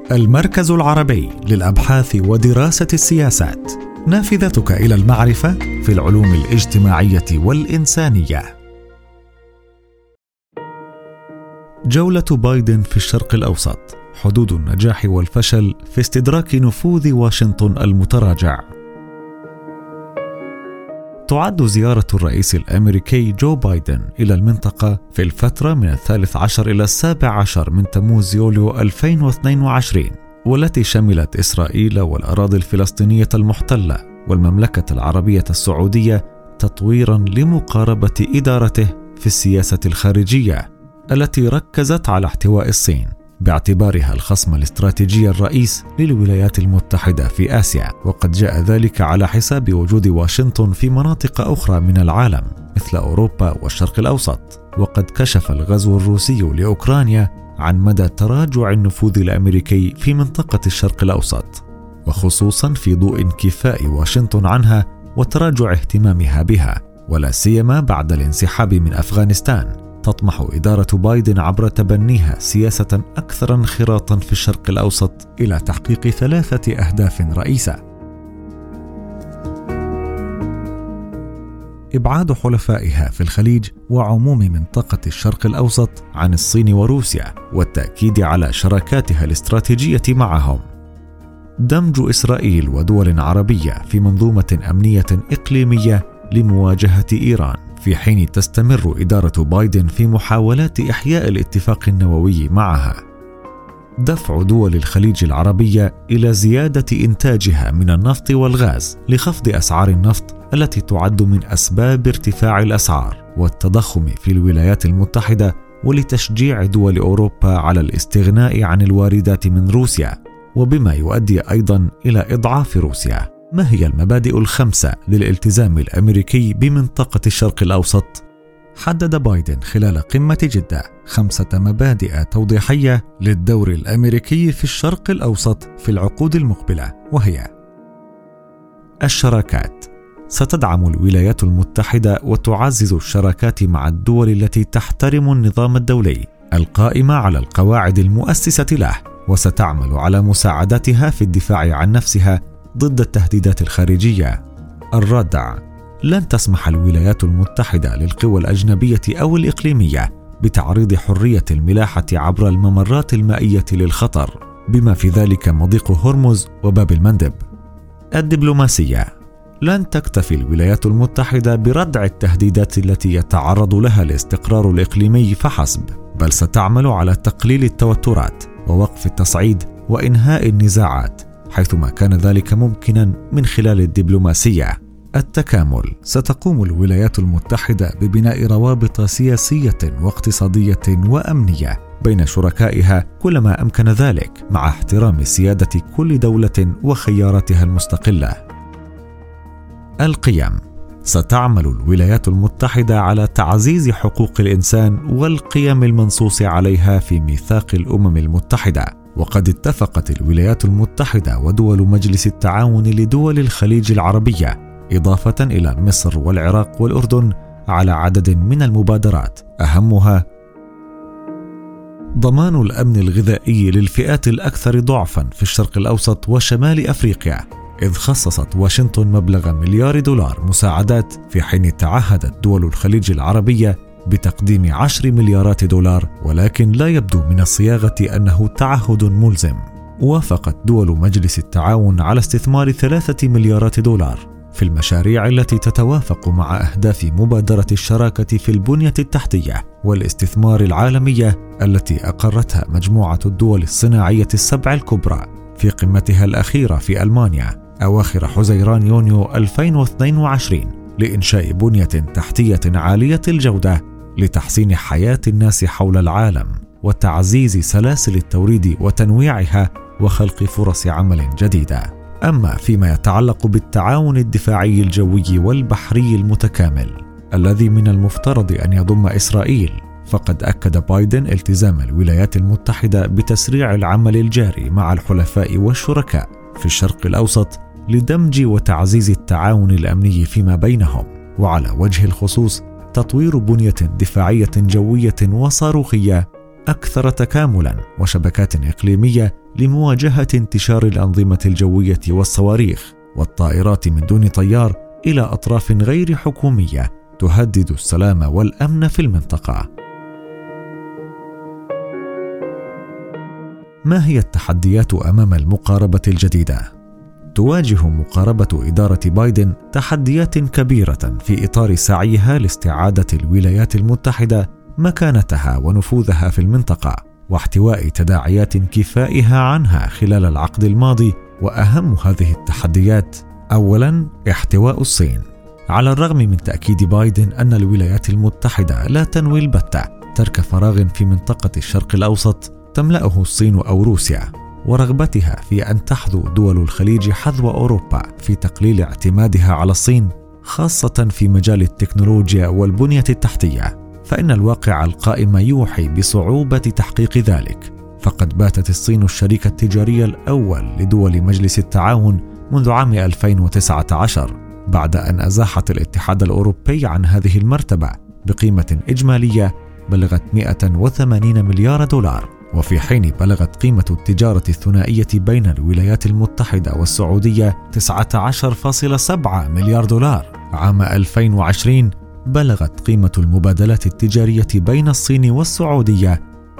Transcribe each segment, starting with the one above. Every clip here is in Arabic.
المركز العربي للأبحاث ودراسة السياسات، نافذتك إلى المعرفة في العلوم الاجتماعية والإنسانية. جولة بايدن في الشرق الأوسط، حدود النجاح والفشل في استدراك نفوذ واشنطن المتراجع. تعد زيارة الرئيس الأمريكي جو بايدن إلى المنطقة في الفترة من 13 إلى 17 من تموز يوليو 2022، والتي شملت إسرائيل والأراضي الفلسطينية المحتلة والمملكة العربية السعودية، تطويرا لمقاربة إدارته في السياسة الخارجية التي ركزت على احتواء الصين باعتبارها الخصم الاستراتيجي الرئيس للولايات المتحدة في آسيا، وقد جاء ذلك على حساب وجود واشنطن في مناطق أخرى من العالم مثل أوروبا والشرق الأوسط. وقد كشف الغزو الروسي لأوكرانيا عن مدى تراجع النفوذ الأمريكي في منطقة الشرق الأوسط، وخصوصا في ضوء انكفاء واشنطن عنها وتراجع اهتمامها بها، ولا سيما بعد الانسحاب من أفغانستان. تطمح إدارة بايدن عبر تبنيها سياسة أكثر انخراطا في الشرق الأوسط إلى تحقيق 3 أهداف رئيسة: إبعاد حلفائها في الخليج وعموم منطقة الشرق الأوسط عن الصين وروسيا، والتأكيد على شراكاتها الاستراتيجية معهم، دمج إسرائيل ودول عربية في منظومة أمنية إقليمية لمواجهة إيران، في حين تستمر إدارة بايدن في محاولات إحياء الاتفاق النووي معها، دفع دول الخليج العربية إلى زيادة إنتاجها من النفط والغاز لخفض أسعار النفط التي تعد من أسباب ارتفاع الأسعار والتضخم في الولايات المتحدة، ولتشجيع دول أوروبا على الاستغناء عن الواردات من روسيا، وبما يؤدي أيضا إلى إضعاف روسيا. ما هي المبادئ الخمسة للالتزام الأمريكي بمنطقة الشرق الأوسط؟ حدد بايدن خلال قمة جدة 5 مبادئ توضيحية للدور الأمريكي في الشرق الأوسط في العقود المقبلة، وهي: الشراكات. ستدعم الولايات المتحدة وتعزز الشراكات مع الدول التي تحترم النظام الدولي القائم على القواعد المؤسسة له، وستعمل على مساعدتها في الدفاع عن نفسها ضد التهديدات الخارجية. الردع. لن تسمح الولايات المتحدة للقوى الأجنبية أو الإقليمية بتعريض حرية الملاحة عبر الممرات المائية للخطر، بما في ذلك مضيق هرمز وباب المندب. الدبلوماسية. لن تكتفي الولايات المتحدة بردع التهديدات التي يتعرض لها الاستقرار الإقليمي فحسب، بل ستعمل على تقليل التوترات ووقف التصعيد وإنهاء النزاعات حيثما كان ذلك ممكنا من خلال الدبلوماسية. التكامل. ستقوم الولايات المتحدة ببناء روابط سياسية واقتصادية وأمنية بين شركائها كلما أمكن ذلك، مع احترام سيادة كل دولة وخياراتها المستقلة. القيم. ستعمل الولايات المتحدة على تعزيز حقوق الإنسان والقيم المنصوص عليها في ميثاق الأمم المتحدة، وقد اتفقت الولايات المتحدة ودول مجلس التعاون لدول الخليج العربية إضافة إلى مصر والعراق والأردن على عدد من المبادرات، أهمها ضمان الأمن الغذائي للفئات الأكثر ضعفا في الشرق الأوسط وشمال أفريقيا، إذ خصصت واشنطن مبلغ $1,000,000,000 مساعدات، في حين تعهدت دول الخليج العربية بتقديم $10 مليار، ولكن لا يبدو من الصياغة أنه تعهد ملزم. وافقت دول مجلس التعاون على استثمار $3 مليارات في المشاريع التي تتوافق مع أهداف مبادرة الشراكة في البنية التحتية والاستثمار العالمية التي أقرتها مجموعة الدول الصناعية ال7 الكبرى في قمتها الأخيرة في ألمانيا أواخر حزيران يونيو 2022 لإنشاء بنية تحتية عالية الجودة لتحسين حياة الناس حول العالم وتعزيز سلاسل التوريد وتنويعها وخلق فرص عمل جديدة. أما فيما يتعلق بالتعاون الدفاعي الجوي والبحري المتكامل الذي من المفترض أن يضم إسرائيل، فقد أكد بايدن التزام الولايات المتحدة بتسريع العمل الجاري مع الحلفاء والشركاء في الشرق الأوسط لدمج وتعزيز التعاون الأمني فيما بينهم، وعلى وجه الخصوص تطوير بنية دفاعية جوية وصاروخية أكثر تكاملاً وشبكات إقليمية لمواجهة انتشار الأنظمة الجوية والصواريخ والطائرات من دون طيار إلى أطراف غير حكومية تهدد السلام والأمن في المنطقة. ما هي التحديات أمام المقاربة الجديدة؟ تواجه مقاربة إدارة بايدن تحديات كبيرة في إطار سعيها لاستعادة الولايات المتحدة مكانتها ونفوذها في المنطقة واحتواء تداعيات كفائها عنها خلال العقد الماضي. وأهم هذه التحديات: أولاً، احتواء الصين. على الرغم من تأكيد بايدن أن الولايات المتحدة لا تنوي البتة ترك فراغ في منطقة الشرق الأوسط تملأه الصين أو روسيا، ورغبتها في أن تحذو دول الخليج حذو أوروبا في تقليل اعتمادها على الصين، خاصة في مجال التكنولوجيا والبنية التحتية، فإن الواقع القائم يوحي بصعوبة تحقيق ذلك. فقد باتت الصين الشريك التجاري الأول لدول مجلس التعاون منذ عام 2019 بعد أن أزاحت الاتحاد الأوروبي عن هذه المرتبة بقيمة إجمالية بلغت 180 مليار دولار. وفي حين بلغت قيمة التجارة الثنائية بين الولايات المتحدة والسعودية 19.7 مليار دولار، عام 2020 بلغت قيمة المبادلات التجارية بين الصين والسعودية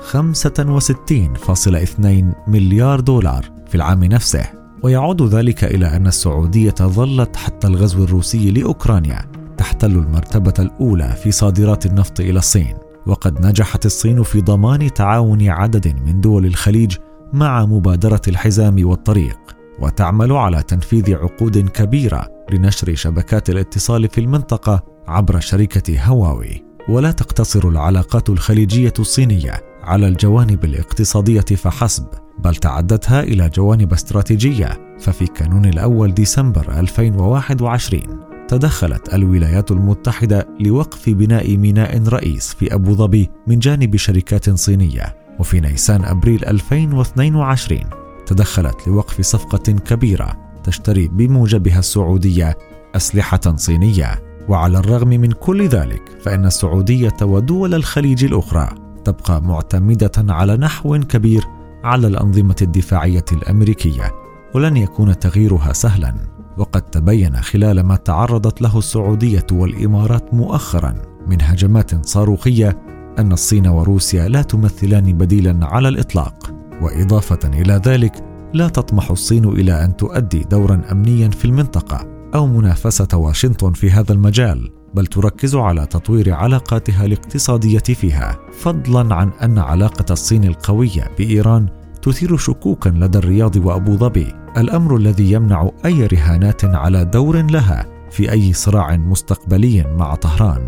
65.2 مليار دولار في العام نفسه. ويعود ذلك إلى أن السعودية ظلت حتى الغزو الروسي لأوكرانيا تحتل المرتبة الأولى في صادرات النفط إلى الصين. وقد نجحت الصين في ضمان تعاون عدد من دول الخليج مع مبادرة الحزام والطريق، وتعمل على تنفيذ عقود كبيرة لنشر شبكات الاتصال في المنطقة عبر شركة هواوي. ولا تقتصر العلاقات الخليجية الصينية على الجوانب الاقتصادية فحسب، بل تعدتها إلى جوانب استراتيجية. ففي كانون الأول ديسمبر 2021 تدخلت الولايات المتحدة لوقف بناء ميناء رئيس في أبو ظبي من جانب شركات صينية. وفي نيسان أبريل 2022 تدخلت لوقف صفقة كبيرة تشتري بموجبها السعودية أسلحة صينية. وعلى الرغم من كل ذلك، فإن السعودية ودول الخليج الأخرى تبقى معتمدة على نحو كبير على الأنظمة الدفاعية الأمريكية، ولن يكون تغييرها سهلا. وقد تبين خلال ما تعرضت له السعودية والإمارات مؤخرا من هجمات صاروخية أن الصين وروسيا لا تمثلان بديلا على الإطلاق. وإضافة إلى ذلك، لا تطمح الصين إلى أن تؤدي دورا أمنيا في المنطقة أو منافسة واشنطن في هذا المجال، بل تركز على تطوير علاقاتها الاقتصادية فيها، فضلا عن أن علاقة الصين القوية بإيران تثير شكوكا لدى الرياض وأبو ظبي، الأمر الذي يمنع أي رهانات على دور لها في أي صراع مستقبلي مع طهران.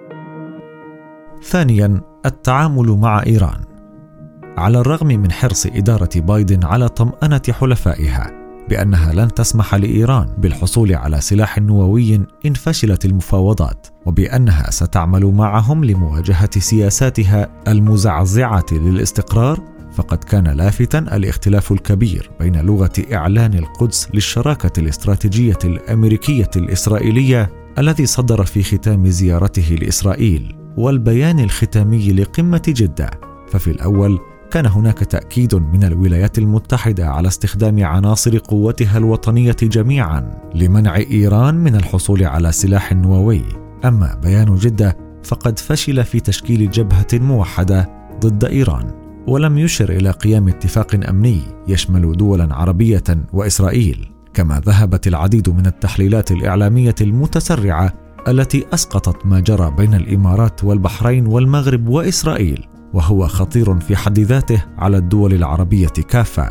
ثانيا، التعامل مع إيران. على الرغم من حرص إدارة بايدن على طمأنة حلفائها بأنها لن تسمح لإيران بالحصول على سلاح نووي إن فشلت المفاوضات، وبأنها ستعمل معهم لمواجهة سياساتها المزعزعة للاستقرار، فقد كان لافتا الاختلاف الكبير بين لغة إعلان القدس للشراكة الاستراتيجية الأمريكية الإسرائيلية الذي صدر في ختام زيارته لإسرائيل والبيان الختامي لقمة جدة. ففي الأول كان هناك تأكيد من الولايات المتحدة على استخدام عناصر قوتها الوطنية جميعا لمنع إيران من الحصول على سلاح نووي. أما بيان جدة فقد فشل في تشكيل جبهة موحدة ضد إيران، ولم يشر إلى قيام اتفاق أمني يشمل دولا عربية وإسرائيل. كما ذهبت العديد من التحليلات الإعلامية المتسرعة التي أسقطت ما جرى بين الإمارات والبحرين والمغرب وإسرائيل، وهو خطير في حد ذاته على الدول العربية كافة.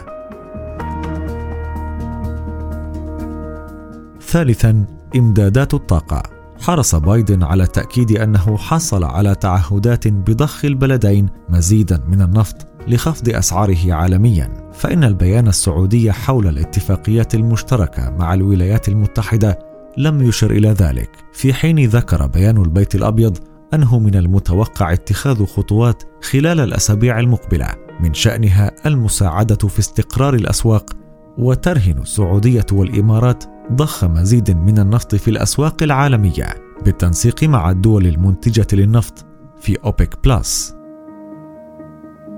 ثالثاً، إمدادات الطاقة. حرص بايدن على تأكيد أنه حصل على تعهدات بضخ البلدين مزيداً من النفط لخفض أسعاره عالمياً، فإن البيان السعودي حول الاتفاقيات المشتركة مع الولايات المتحدة لم يشر إلى ذلك، في حين ذكر بيان البيت الأبيض أنه من المتوقع اتخاذ خطوات خلال الأسابيع المقبلة من شأنها المساعدة في استقرار الأسواق، وترهن السعودية والإمارات ضخ مزيد من النفط في الأسواق العالمية بالتنسيق مع الدول المنتجة للنفط في أوبك بلس.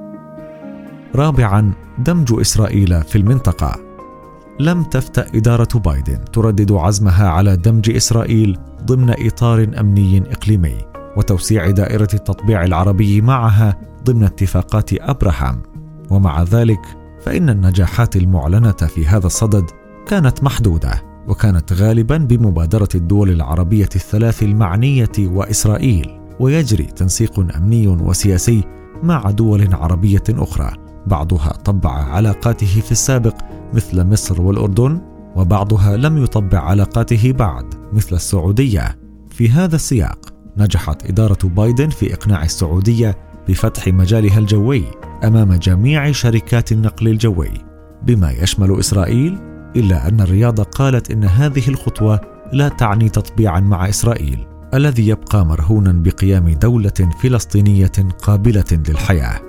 رابعاً، دمج إسرائيل في المنطقة. لم تفتأ إدارة بايدن تردد عزمها على دمج إسرائيل ضمن إطار أمني إقليمي وتوسيع دائرة التطبيع العربي معها ضمن اتفاقات أبراهام. ومع ذلك فإن النجاحات المعلنة في هذا الصدد كانت محدودة، وكانت غالباً بمبادرة الدول العربية الثلاث المعنية وإسرائيل، ويجري تنسيق أمني وسياسي مع دول عربية أخرى بعضها طبع علاقاته في السابق مثل مصر والأردن، وبعضها لم يطبع علاقاته بعد مثل السعودية. في هذا السياق نجحت إدارة بايدن في إقناع السعودية بفتح مجالها الجوي أمام جميع شركات النقل الجوي بما يشمل إسرائيل، إلا أن الرياض قالت إن هذه الخطوة لا تعني تطبيعا مع إسرائيل الذي يبقى مرهونا بقيام دولة فلسطينية قابلة للحياة.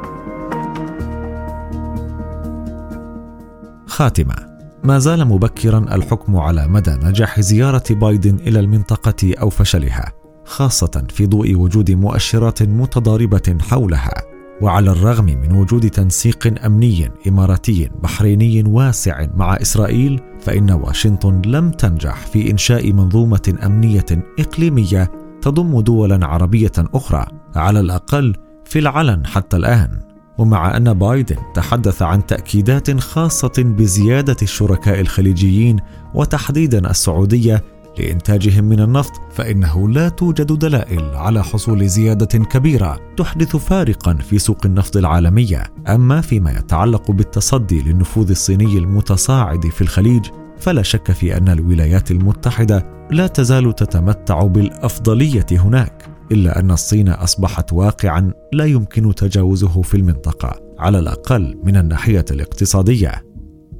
خاتمة: ما زال مبكرا الحكم على مدى نجاح زيارة بايدن إلى المنطقة أو فشلها، خاصة في ضوء وجود مؤشرات متضاربة حولها. وعلى الرغم من وجود تنسيق أمني إماراتي بحريني واسع مع إسرائيل، فإن واشنطن لم تنجح في إنشاء منظومة أمنية إقليمية تضم دولا عربية أخرى، على الأقل في العلن حتى الآن. ومع أن بايدن تحدث عن تأكيدات خاصة بزيادة الشركاء الخليجيين وتحديدا السعودية لإنتاجهم من النفط، فإنه لا توجد دلائل على حصول زيادة كبيرة تحدث فارقا في سوق النفط العالمية. أما فيما يتعلق بالتصدي للنفوذ الصيني المتصاعد في الخليج، فلا شك في أن الولايات المتحدة لا تزال تتمتع بالأفضلية هناك، إلا أن الصين أصبحت واقعا لا يمكن تجاوزه في المنطقة، على الأقل من الناحية الاقتصادية.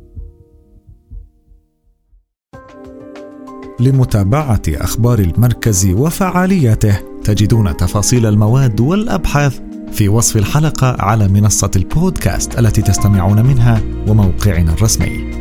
لمتابعة أخبار المركز وفعالياته تجدون تفاصيل المواد والأبحاث في وصف الحلقة على منصة البودكاست التي تستمعون منها وموقعنا الرسمي.